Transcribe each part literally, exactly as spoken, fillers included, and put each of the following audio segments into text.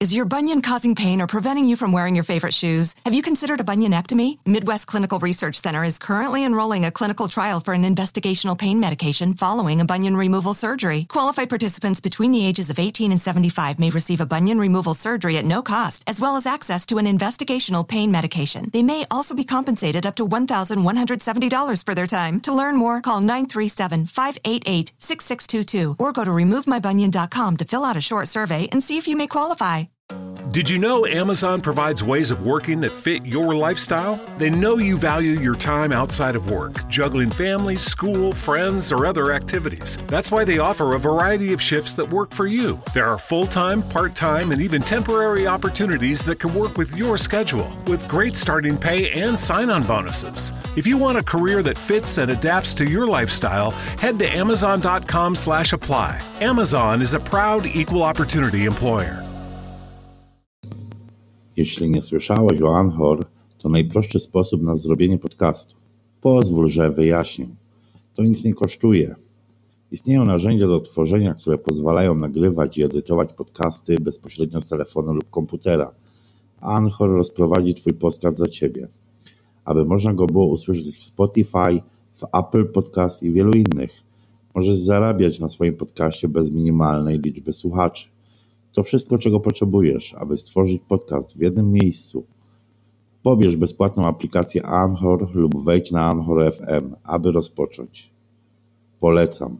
Is your bunion causing pain or preventing you from wearing your favorite shoes? Have you considered a bunionectomy? Midwest Clinical Research Center is currently enrolling a clinical trial for an investigational pain medication following a bunion removal surgery. Qualified participants between the ages of eighteen and seventy-five may receive a bunion removal surgery at no cost, as well as access to an investigational pain medication. They may also be compensated up to one thousand one hundred seventy dollars for their time. To learn more, call nine three seven, five eight eight, six six two two or go to remove my bunion dot com to fill out a short survey and see if you may qualify. Did you know Amazon provides ways of working that fit your lifestyle? They know you value your time outside of work, juggling family, school, friends, or other activities. That's why they offer a variety of shifts that work for you. There are full-time, part-time, and even temporary opportunities that can work with your schedule, with great starting pay and sign-on bonuses. If you want a career that fits and adapts to your lifestyle, head to amazon dot com slash apply. Amazon is a proud equal opportunity employer. Jeśli nie słyszałeś o Anchor, to najprostszy sposób na zrobienie podcastu. Pozwól, że wyjaśnię. To nic nie kosztuje. Istnieją narzędzia do tworzenia, które pozwalają nagrywać i edytować podcasty bezpośrednio z telefonu lub komputera. Anchor rozprowadzi Twój podcast za Ciebie, aby można go było usłyszeć w Spotify, w Apple Podcast i wielu innych. Możesz zarabiać na swoim podcaście bez minimalnej liczby słuchaczy. To wszystko, czego potrzebujesz, aby stworzyć podcast w jednym miejscu. Pobierz bezpłatną aplikację Anchor lub wejdź na Anchor F M, aby rozpocząć. Polecam.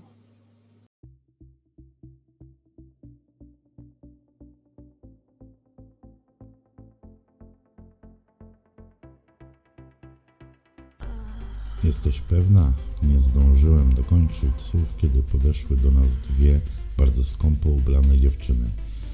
Jesteś pewna? Nie zdążyłem dokończyć słów, kiedy podeszły do nas dwie bardzo skąpo ubrane dziewczyny.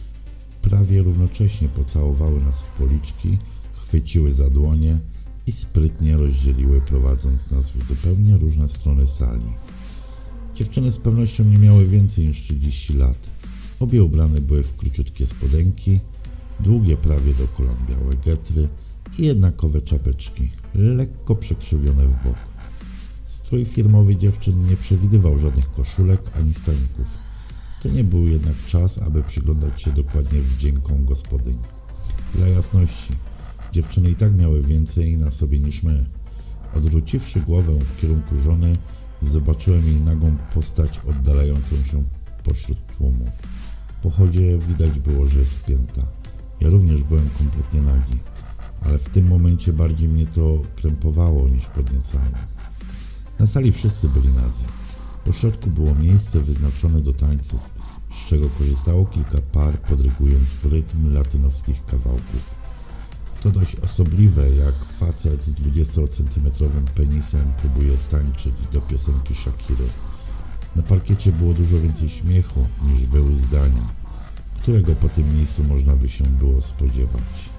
Prawie równocześnie pocałowały nas w policzki, chwyciły za dłonie i sprytnie rozdzieliły, prowadząc nas w zupełnie różne strony sali. Dziewczyny z pewnością nie miały więcej niż trzydzieści lat. Obie ubrane były w króciutkie spodenki, długie prawie do kolan białe getry i jednakowe czapeczki, lekko przekrzywione w bok. Strój firmowy dziewczyn nie przewidywał żadnych koszulek ani stańków. To nie był jednak czas, aby przyglądać się dokładnie wdziękom gospodyń. Dla jasności, dziewczyny i tak miały więcej na sobie niż my. Odwróciwszy głowę w kierunku żony, zobaczyłem jej nagą postać oddalającą się pośród tłumu. Po chodzie widać było, że jest spięta. Ja również byłem kompletnie nagi, ale w tym momencie bardziej mnie to krępowało niż podniecało. Na sali wszyscy byli nadzy. Po środku było miejsce wyznaczone do tańców, z czego korzystało kilka par, podrygując w rytm latynowskich kawałków. To dość osobliwe, jak facet z dwudziestocentymetrowym penisem próbuje tańczyć do piosenki Shakiry. Na parkiecie było dużo więcej śmiechu niż wyłzdania, którego po tym miejscu można by się było spodziewać.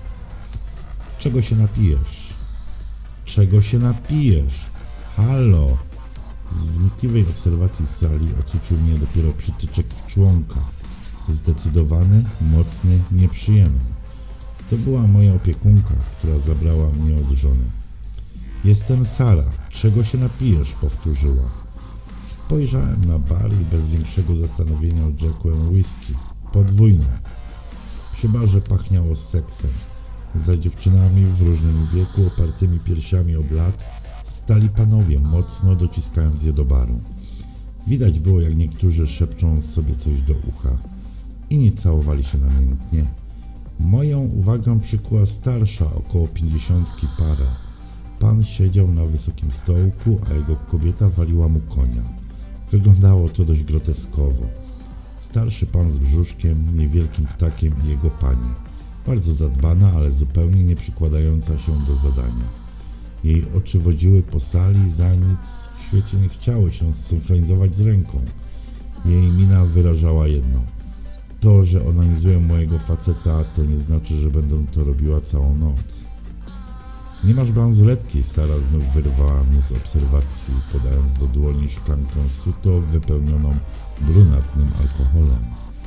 Czego się napijesz? Czego się napijesz? Halo! Z wnikliwej obserwacji sali ocucił mnie dopiero przytyczek w członka. Zdecydowany, mocny, nieprzyjemny. To była moja opiekunka, która zabrała mnie od żony. Jestem Sara, czego się napijesz? Powtórzyła. Spojrzałem na bar i bez większego zastanowienia odrzekłem whisky. Podwójne. Przy barze pachniało seksem. Za dziewczynami w różnym wieku, opartymi piersiami o blat, stali panowie, mocno dociskając je do baru. Widać było, jak niektórzy szepczą sobie coś do ucha. Inni całowali się namiętnie. Moją uwagę przykuła starsza, około pięćdziesiątki para. Pan siedział na wysokim stołku, a jego kobieta waliła mu konia. Wyglądało to dość groteskowo. Starszy pan z brzuszkiem, niewielkim ptakiem i jego pani. Bardzo zadbana, ale zupełnie nie przykładająca się do zadania. Jej oczy wodziły po sali, za nic w świecie nie chciały się zsynchronizować z ręką. Jej mina wyrażała jedno. To, że onanizuję mojego faceta, to nie znaczy, że będę to robiła całą noc. Nie masz bransoletki? Sara znów wyrwała mnie z obserwacji, podając do dłoni szklankę suto wypełnioną brunatnym alkoholem.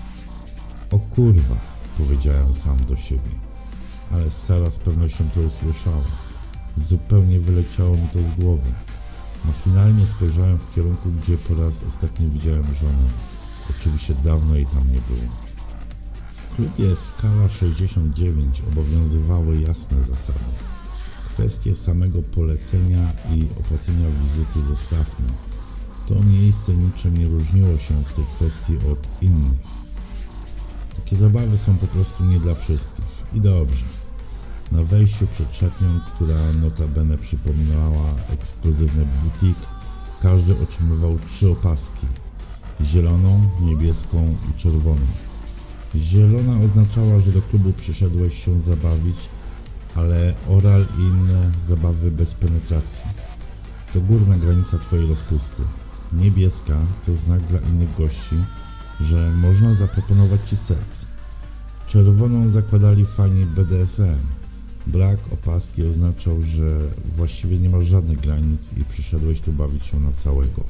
O kurwa, powiedziałem sam do siebie, ale Sara z pewnością to usłyszała. Zupełnie wyleciało mi to z głowy. Machinalnie spojrzałem w kierunku, gdzie po raz ostatni widziałem żonę. Oczywiście dawno jej tam nie było. W klubie Skala sześćdziesiąt dziewięć obowiązywały jasne zasady. Kwestie samego polecenia i opłacenia wizyty zostawmy. To miejsce niczym nie różniło się w tej kwestii od innych. Takie zabawy są po prostu nie dla wszystkich. I dobrze. Na wejściu przed szatnią, która notabene przypominała ekskluzywny butik, każdy otrzymywał trzy opaski. Zieloną, niebieską i czerwoną. Zielona oznaczała, że do klubu przyszedłeś się zabawić, ale oral i inne zabawy bez penetracji. To górna granica twojej rozpusty. Niebieska to znak dla innych gości, że można zaproponować ci seks. Czerwoną zakładali fani B D S M. Brak opaski oznaczał, że właściwie nie masz żadnych granic i przyszedłeś tu bawić się na całego.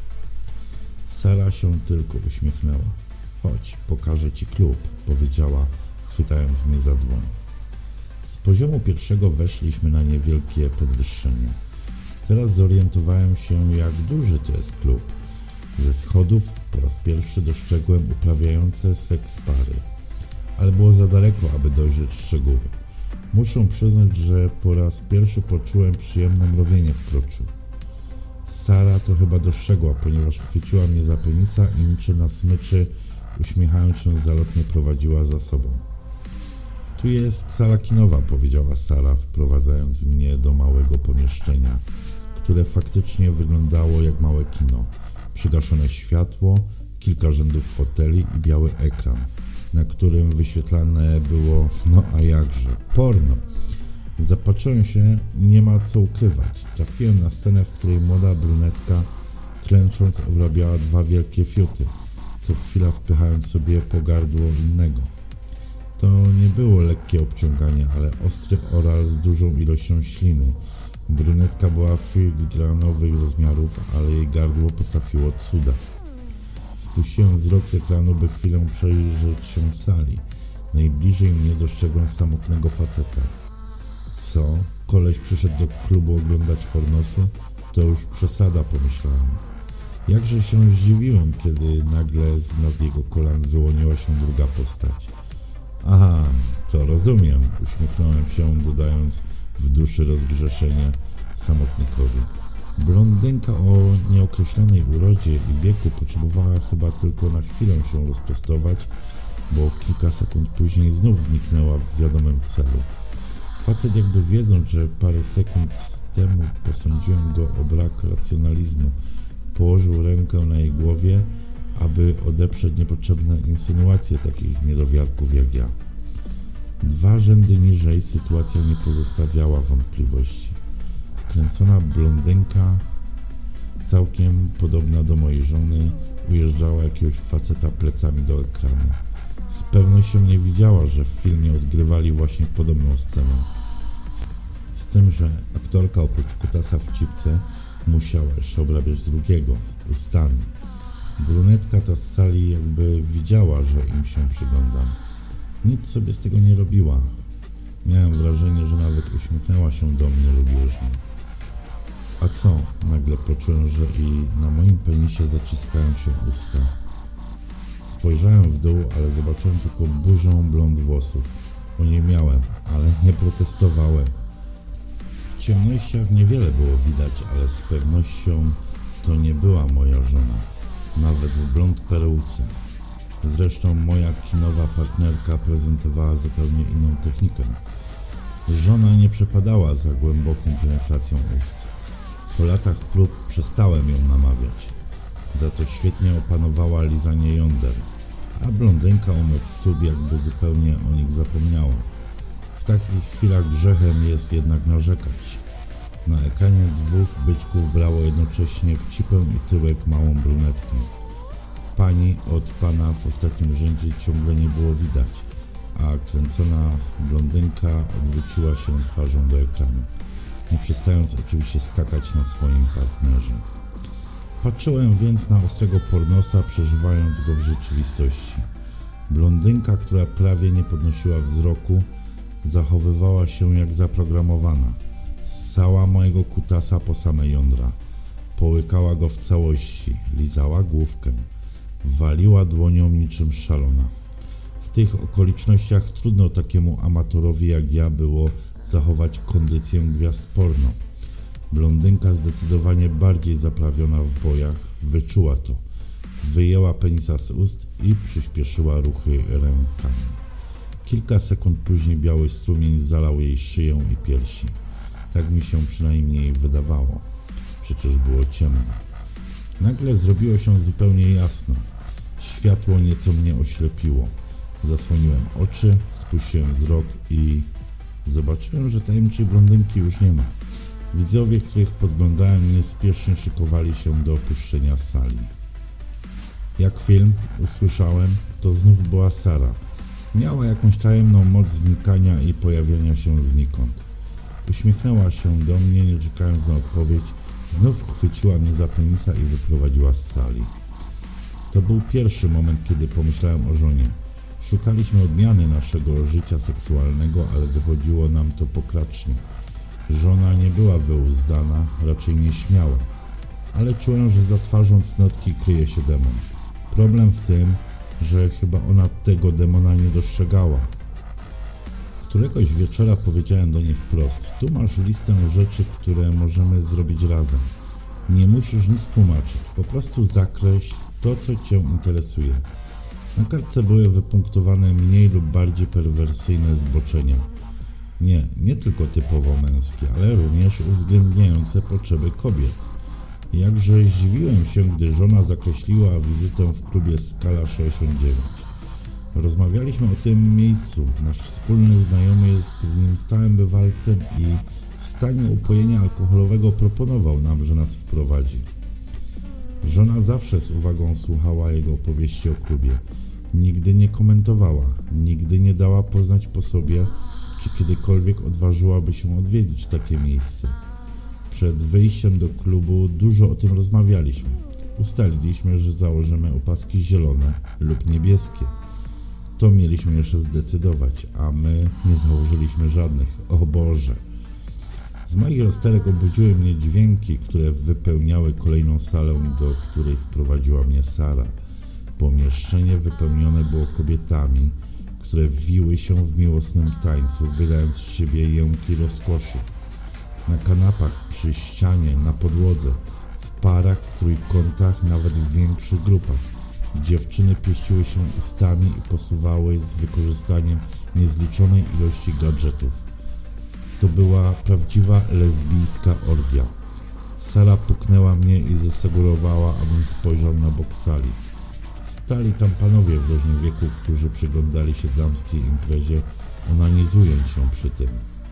Sara się tylko uśmiechnęła. Chodź, pokażę ci klub, powiedziała, chwytając mnie za dłoń. Z poziomu pierwszego weszliśmy na niewielkie podwyższenie. Teraz zorientowałem się, jak duży to jest klub. Ze schodów po raz pierwszy dostrzegłem uprawiające seks pary, ale było za daleko, aby dojrzeć szczegóły. Muszę przyznać, że po raz pierwszy poczułem przyjemne mrowienie w kroczu. Sara to chyba dostrzegła, ponieważ chwyciła mnie za penisa i niczym na smyczy, uśmiechając się zalotnie, prowadziła za sobą. Tu jest sala kinowa, powiedziała Sara, wprowadzając mnie do małego pomieszczenia, które faktycznie wyglądało jak małe kino. Przygaszone światło, kilka rzędów foteli i biały ekran, na którym wyświetlane było, no a jakże, porno. Zapatrzyłem się, nie ma co ukrywać. Trafiłem na scenę, w której młoda brunetka, klęcząc, obrabiała dwa wielkie fiuty, co chwila wpychając sobie po gardło innego. To nie było lekkie obciąganie, ale ostry oral z dużą ilością śliny. Brunetka była filigranowych rozmiarów, ale jej gardło potrafiło cuda. Spuściłem wzrok z ekranu, by chwilę przejrzeć się sali. Najbliżej mnie dostrzegłem samotnego faceta. Co? Koleś przyszedł do klubu oglądać pornosy? To już przesada, pomyślałem. Jakże się zdziwiłem, kiedy nagle z nad jego kolan wyłoniła się druga postać. Aha, to rozumiem, uśmiechnąłem się, dodając w duszy rozgrzeszenie samotnikowi. Blondynka o nieokreślonej urodzie i wieku potrzebowała chyba tylko na chwilę się rozprostować, bo kilka sekund później znów zniknęła w wiadomym celu. Facet, jakby wiedząc, że parę sekund temu posądziłem go o brak racjonalizmu, położył rękę na jej głowie, aby odeprzeć niepotrzebne insynuacje takich niedowiarków jak ja. Dwa rzędy niżej sytuacja nie pozostawiała wątpliwości. Kręcona blondynka, całkiem podobna do mojej żony, ujeżdżała jakiegoś faceta plecami do ekranu. Z pewnością nie widziała, że w filmie odgrywali właśnie podobną scenę. Z tym, że aktorka oprócz kutasa w cipce musiała jeszcze obrabiać drugiego, ustami. Brunetka ta z sali jakby widziała, że im się przyglądam. Nic sobie z tego nie robiła. Miałem wrażenie, że nawet uśmiechnęła się do mnie lubieżnie. A co? Nagle poczułem, że i na moim penisie zaciskają się usta. Spojrzałem w dół, ale zobaczyłem tylko burzę blond włosów. Oniemiałem, ale nie protestowałem. W ciemnościach niewiele było widać, ale z pewnością to nie była moja żona. Nawet w blond peruce. Zresztą moja kinowa partnerka prezentowała zupełnie inną technikę. Żona nie przepadała za głęboką penetracją ust. Po latach prób przestałem ją namawiać. Za to świetnie opanowała lizanie jąder, a blondynka umek stóp jakby zupełnie o nich zapomniała. W takich chwilach grzechem jest jednak narzekać. Na ekranie dwóch byczków brało jednocześnie w cipę i tyłek małą brunetkę. Pani od pana w ostatnim rzędzie ciągle nie było widać, a kręcona blondynka odwróciła się twarzą do ekranu, nie przestając oczywiście skakać na swoim partnerze. Patrzyłem więc na ostrego pornosa, przeżywając go w rzeczywistości. Blondynka, która prawie nie podnosiła wzroku, zachowywała się jak zaprogramowana. Ssała mojego kutasa po same jądra. Połykała go w całości, lizała główkę. Waliła dłonią niczym szalona. W W tych okolicznościach trudno takiemu amatorowi jak ja było zachować kondycję gwiazd porno. Blondynka zdecydowanie bardziej zaprawiona w bojach wyczuła to. Wyjęła penisa z ust i przyspieszyła ruchy rękami. Kilka sekund później biały strumień zalał jej szyję i piersi. Tak mi się przynajmniej wydawało. Przecież było ciemno. Nagle zrobiło się zupełnie jasno. Światło nieco mnie oślepiło. Zasłoniłem oczy, spuściłem wzrok i zobaczyłem, że tajemniczej blondynki już nie ma. Widzowie, których podglądałem, niespiesznie szykowali się do opuszczenia sali. Jak film usłyszałem, to znów była Sara. Miała jakąś tajemną moc znikania i pojawiania się znikąd. Uśmiechnęła się do mnie, nie czekając na odpowiedź. Znów chwyciła mnie za penisa i wyprowadziła z sali. To był pierwszy moment, kiedy pomyślałem o żonie. Szukaliśmy odmiany naszego życia seksualnego, ale wychodziło nam to pokracznie. Żona nie była wyuzdana, raczej nieśmiała, ale czułem, że za twarzą cnotki kryje się demon. Problem w tym, że chyba ona tego demona nie dostrzegała. Któregoś wieczora powiedziałem do niej wprost: tu masz listę rzeczy, które możemy zrobić razem. Nie musisz nic tłumaczyć, po prostu zakreśl to, co cię interesuje. Na kartce były wypunktowane mniej lub bardziej perwersyjne zboczenia. Nie, nie tylko typowo męskie, ale również uwzględniające potrzeby kobiet. Jakże zdziwiłem się, gdy żona zakreśliła wizytę w klubie Skala sześćdziesiąt dziewięć. Rozmawialiśmy o tym miejscu. Nasz wspólny znajomy jest w nim stałym bywalcem i w stanie upojenia alkoholowego proponował nam, że nas wprowadzi. Żona zawsze z uwagą słuchała jego opowieści o klubie. Nigdy nie komentowała, nigdy nie dała poznać po sobie, czy kiedykolwiek odważyłaby się odwiedzić takie miejsce. Przed wyjściem do klubu dużo o tym rozmawialiśmy. Ustaliliśmy, że założymy opaski zielone lub niebieskie. To mieliśmy jeszcze zdecydować, a my nie założyliśmy żadnych. O Boże! Z moich rozterek obudziły mnie dźwięki, które wypełniały kolejną salę, do której wprowadziła mnie Sara. Pomieszczenie wypełnione było kobietami, które wiły się w miłosnym tańcu, wydając z siebie jęki rozkoszy. Na kanapach, przy ścianie, na podłodze, w parach, w trójkątach, nawet w większych grupach. Dziewczyny pieściły się ustami i posuwały z wykorzystaniem niezliczonej ilości gadżetów. To była prawdziwa lesbijska orgia. Sara puknęła mnie i zasugerowała, abym spojrzał na bok sali. Stali tam panowie w różnym wieku, którzy przyglądali się damskiej imprezie, onanizując się przy tym.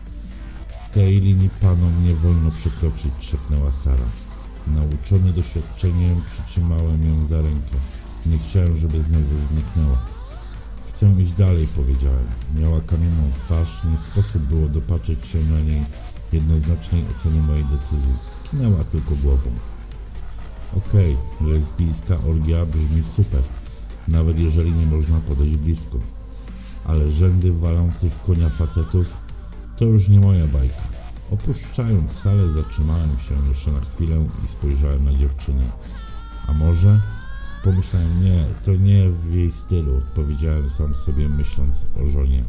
Tej linii panom nie wolno przekroczyć, szepnęła Sara. Nauczony doświadczeniem przytrzymałem ją za rękę. Nie chciałem, żeby znowu zniknęła. Chcę iść dalej, powiedziałem. Miała kamienną twarz, nie sposób było dopatrzeć się na niej jednoznacznej oceny mojej decyzji. Skinęła tylko głową. Okej, okay, lesbijska orgia brzmi super, nawet jeżeli nie można podejść blisko. Ale rzędy walących konia facetów to już nie moja bajka. Opuszczając salę, zatrzymałem się jeszcze na chwilę i spojrzałem na dziewczynę. A może? Pomyślałem, nie, to nie w jej stylu, odpowiedziałem sam sobie, myśląc o żonie.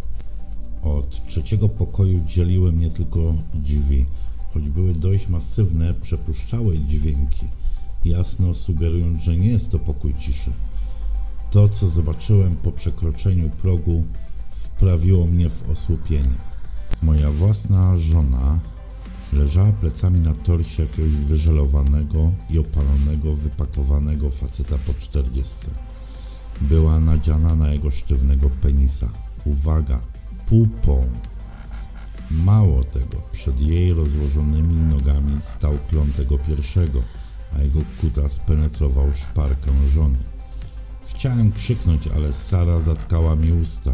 Od trzeciego pokoju dzieliły mnie tylko drzwi. Choć były dość masywne, przepuszczały dźwięki, jasno sugerując, że nie jest to pokój ciszy. To, co zobaczyłem po przekroczeniu progu, wprawiło mnie w osłupienie. Moja własna żona leżała plecami na torsie jakiegoś wyżelowanego i opalonego, wypakowanego faceta po czterdziestce. Była nadziana na jego sztywnego penisa. Uwaga, pupą! Mało tego, przed jej rozłożonymi nogami stał klon tego pierwszego, a jego kutas penetrował szparkę żony. Chciałem krzyknąć, ale Sara zatkała mi usta.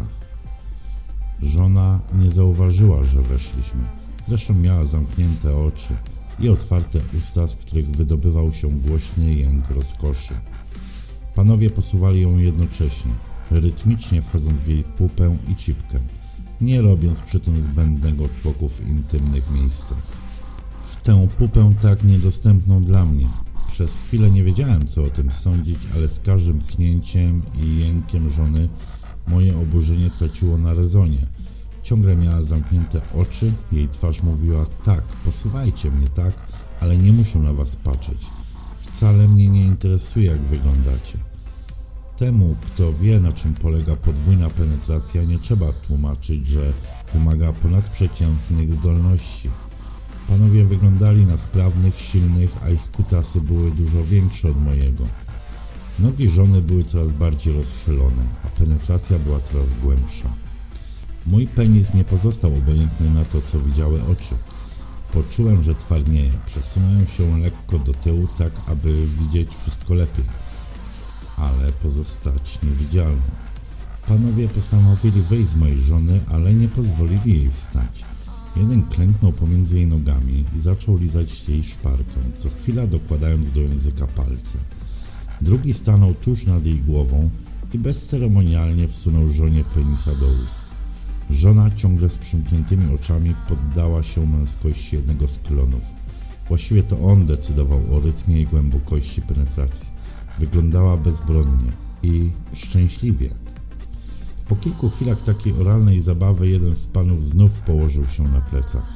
Żona nie zauważyła, że weszliśmy. Zresztą miała zamknięte oczy i otwarte usta, z których wydobywał się głośny jęk rozkoszy. Panowie posuwali ją jednocześnie, rytmicznie wchodząc w jej pupę i cipkę, nie robiąc przy tym zbędnego tłoku w intymnych miejscach. W tę pupę tak niedostępną dla mnie. Przez chwilę nie wiedziałem, co o tym sądzić, ale z każdym pchnięciem i jękiem żony Moje oburzenie traciło na rezonie. Ciągle miała zamknięte oczy, jej twarz mówiła: tak, posuwajcie mnie, tak, ale nie muszę na was patrzeć. Wcale mnie nie interesuje, jak wyglądacie. Temu, kto wie, na czym polega podwójna penetracja, nie trzeba tłumaczyć, że wymaga ponadprzeciętnych zdolności. Panowie wyglądali na sprawnych, silnych, a ich kutasy były dużo większe od mojego. Nogi żony były coraz bardziej rozchylone, a penetracja była coraz głębsza. Mój penis nie pozostał obojętny na to, co widziały oczy. Poczułem, że twardnieje. Przesunąłem się lekko do tyłu, tak aby widzieć wszystko lepiej, ale pozostać niewidzialny. Panowie postanowili wyjść z mojej żony, ale nie pozwolili jej wstać. Jeden klęknął pomiędzy jej nogami i zaczął lizać jej szparkę, co chwila dokładając do języka palce. Drugi stanął tuż nad jej głową i bezceremonialnie wsunął żonie penisa do ust. Żona ciągle z przymkniętymi oczami poddała się męskości jednego z klonów. Właściwie to on decydował o rytmie i głębokości penetracji. Wyglądała bezbronnie i szczęśliwie. Po kilku chwilach takiej oralnej zabawy jeden z panów znów położył się na plecach.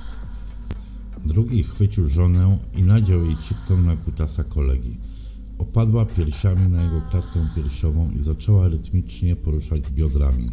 Drugi chwycił żonę i nadział jej cipkę na kutasa kolegi. Opadła piersiami na jego klatkę piersiową i zaczęła rytmicznie poruszać biodrami.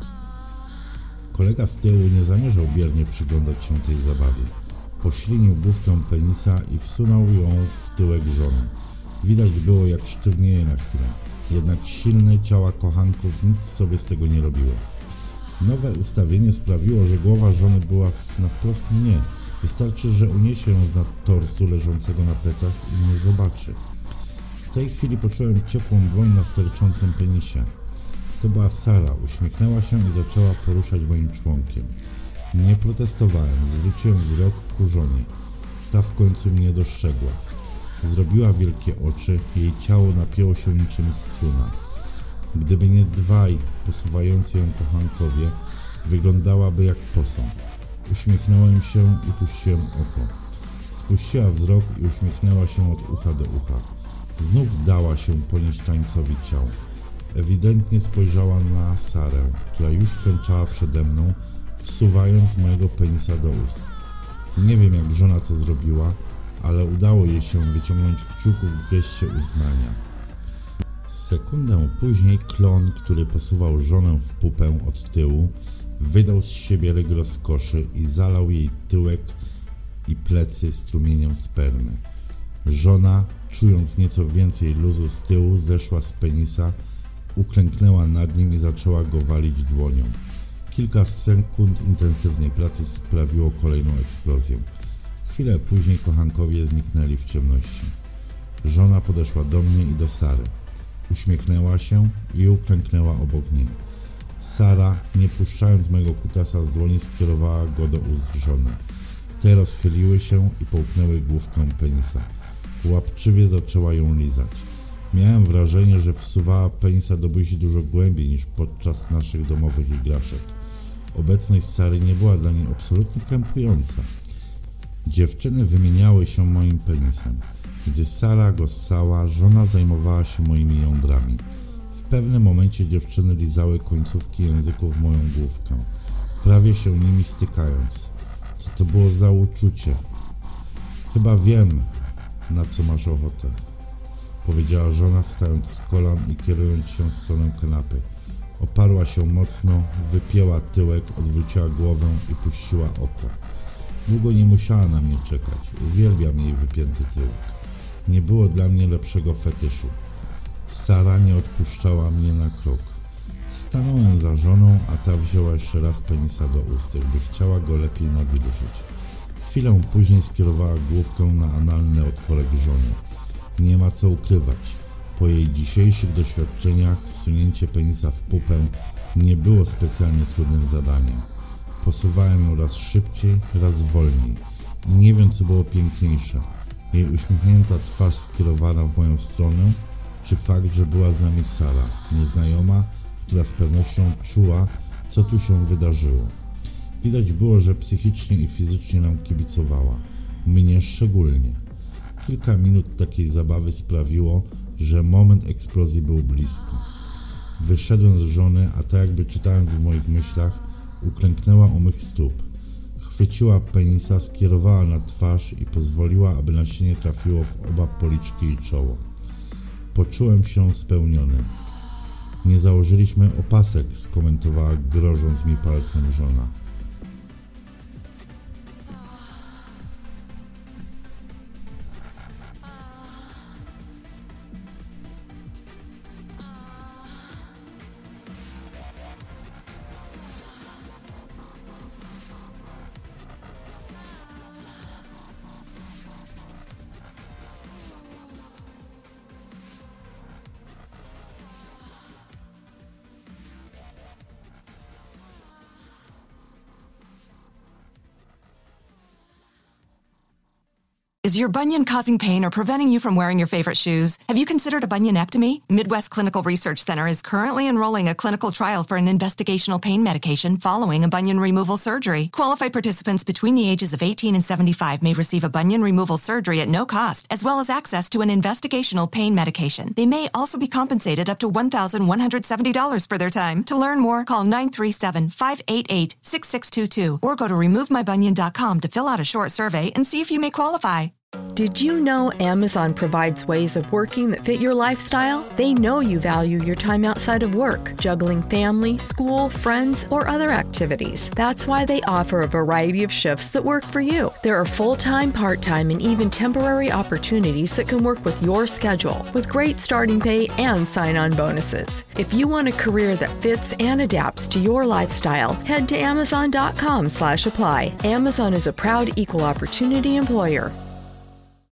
Kolega z tyłu nie zamierzał biernie przyglądać się tej zabawie. Poślinił główkę penisa i wsunął ją w tyłek żony. Widać było, jak sztywnieje na chwilę. Jednak silne ciała kochanków nic sobie z tego nie robiły. Nowe ustawienie sprawiło, że głowa żony była na wprost mnie. Wystarczy, że uniesie ją z nad torsu leżącego na plecach i mnie zobaczy. W tej chwili poczułem ciepłą dłoń na sterczącym penisie. To była Sara. Uśmiechnęła się i zaczęła poruszać moim członkiem. Nie protestowałem, zwróciłem wzrok ku żonie. Ta w końcu mnie dostrzegła. Zrobiła wielkie oczy, jej ciało napięło się niczym struna. Gdyby nie dwaj posuwający ją kochankowie, wyglądałaby jak posąg. Uśmiechnąłem się i puściłem oko. Spuściła wzrok i uśmiechnęła się od ucha do ucha. Znów dała się ponieść tańcowi ciał. Ewidentnie spojrzała na Sarę, która już klęczała przede mną, wsuwając mojego penisa do ust. Nie wiem, jak żona to zrobiła, ale udało jej się wyciągnąć kciuków w geście uznania. Sekundę później klon, który posuwał żonę w pupę od tyłu, wydał z siebie ryk rozkoszy i zalał jej tyłek i plecy strumieniem spermy. Żona, czując nieco więcej luzu z tyłu, zeszła z penisa, uklęknęła nad nim i zaczęła go walić dłonią. Kilka sekund intensywnej pracy sprawiło kolejną eksplozję. Chwilę później kochankowie zniknęli w ciemności. Żona podeszła do mnie i do Sary. Uśmiechnęła się i uklęknęła obok niej. Sara, nie puszczając mojego kutasa z dłoni, skierowała go do ust żony. Te rozchyliły się i połknęły główkę penisa. Łapczywie zaczęła ją lizać. Miałem wrażenie, że wsuwała penisa do buzi dużo głębiej niż podczas naszych domowych igraszek. Obecność Sary nie była dla niej absolutnie krępująca. Dziewczyny wymieniały się moim penisem. Gdy Sara go ssała, żona zajmowała się moimi jądrami. W pewnym momencie dziewczyny lizały końcówki języków w moją główkę, prawie się nimi stykając. Co to było za uczucie? Chyba wiem, na co masz ochotę, powiedziała żona, wstając z kolan i kierując się w stronę kanapy. Oparła się mocno, wypięła tyłek, odwróciła głowę i puściła oko. Długo nie musiała na mnie czekać. Uwielbiam jej wypięty tyłek. Nie było dla mnie lepszego fetyszu. Sara nie odpuszczała mnie na krok. Stanąłem za żoną, a ta wzięła jeszcze raz penisa do ust, jakby chciała go lepiej nawilżyć. Chwilę później skierowała główkę na analny otworek żony. Nie ma co ukrywać. Po jej dzisiejszych doświadczeniach wsunięcie penisa w pupę nie było specjalnie trudnym zadaniem. Posuwałem ją raz szybciej, raz wolniej. I nie wiem, co było piękniejsze. Jej uśmiechnięta twarz skierowana w moją stronę, czy fakt, że była z nami Sara, nieznajoma, która z pewnością czuła, co tu się wydarzyło. Widać było, że psychicznie i fizycznie nam kibicowała. Mnie szczególnie. Kilka minut takiej zabawy sprawiło, że moment eksplozji był blisko. Wyszedłem z żony, a tak jakby czytając w moich myślach, uklęknęła u mych stóp. Chwyciła penisa, skierowała na twarz i pozwoliła, aby nasienie trafiło w oba policzki i czoło. Poczułem się spełniony. Nie założyliśmy opasek, skomentowała, grożąc mi palcem żona. Is your bunion causing pain or preventing you from wearing your favorite shoes? Have you considered a bunionectomy? Midwest Clinical Research Center is currently enrolling a clinical trial for an investigational pain medication following a bunion removal surgery. Qualified participants between the ages of eighteen and seventy-five may receive a bunion removal surgery at no cost, as well as access to an investigational pain medication. They may also be compensated up to one thousand one hundred seventy dollars for their time. To learn more, call nine three seven, five eight eight, six six two two or go to remove my bunion dot com to fill out a short survey and see if you may qualify. Did you know Amazon provides ways of working that fit your lifestyle? They know you value your time outside of work, juggling family, school, friends, or other activities. That's why they offer a variety of shifts that work for you. There are full-time, part-time, and even temporary opportunities that can work with your schedule, with great starting pay and sign-on bonuses. If you want a career that fits and adapts to your lifestyle, head to amazon dot com slash apply. Amazon is a proud equal opportunity employer.